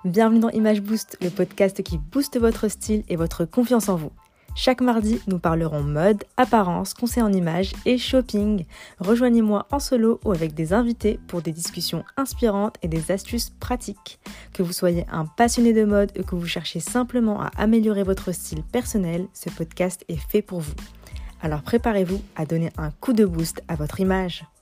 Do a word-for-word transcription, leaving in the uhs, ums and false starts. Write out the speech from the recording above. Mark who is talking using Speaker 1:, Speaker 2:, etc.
Speaker 1: Bienvenue dans Image Boost, le podcast qui booste votre style et votre confiance en vous. Chaque mardi, nous parlerons mode, apparence, conseils en images et shopping. Rejoignez-moi en solo ou avec des invités pour des discussions inspirantes et des astuces pratiques. Que vous soyez un passionné de mode ou que vous cherchiez simplement à améliorer votre style personnel, ce podcast est fait pour vous. Alors préparez-vous à donner un coup de boost à votre image.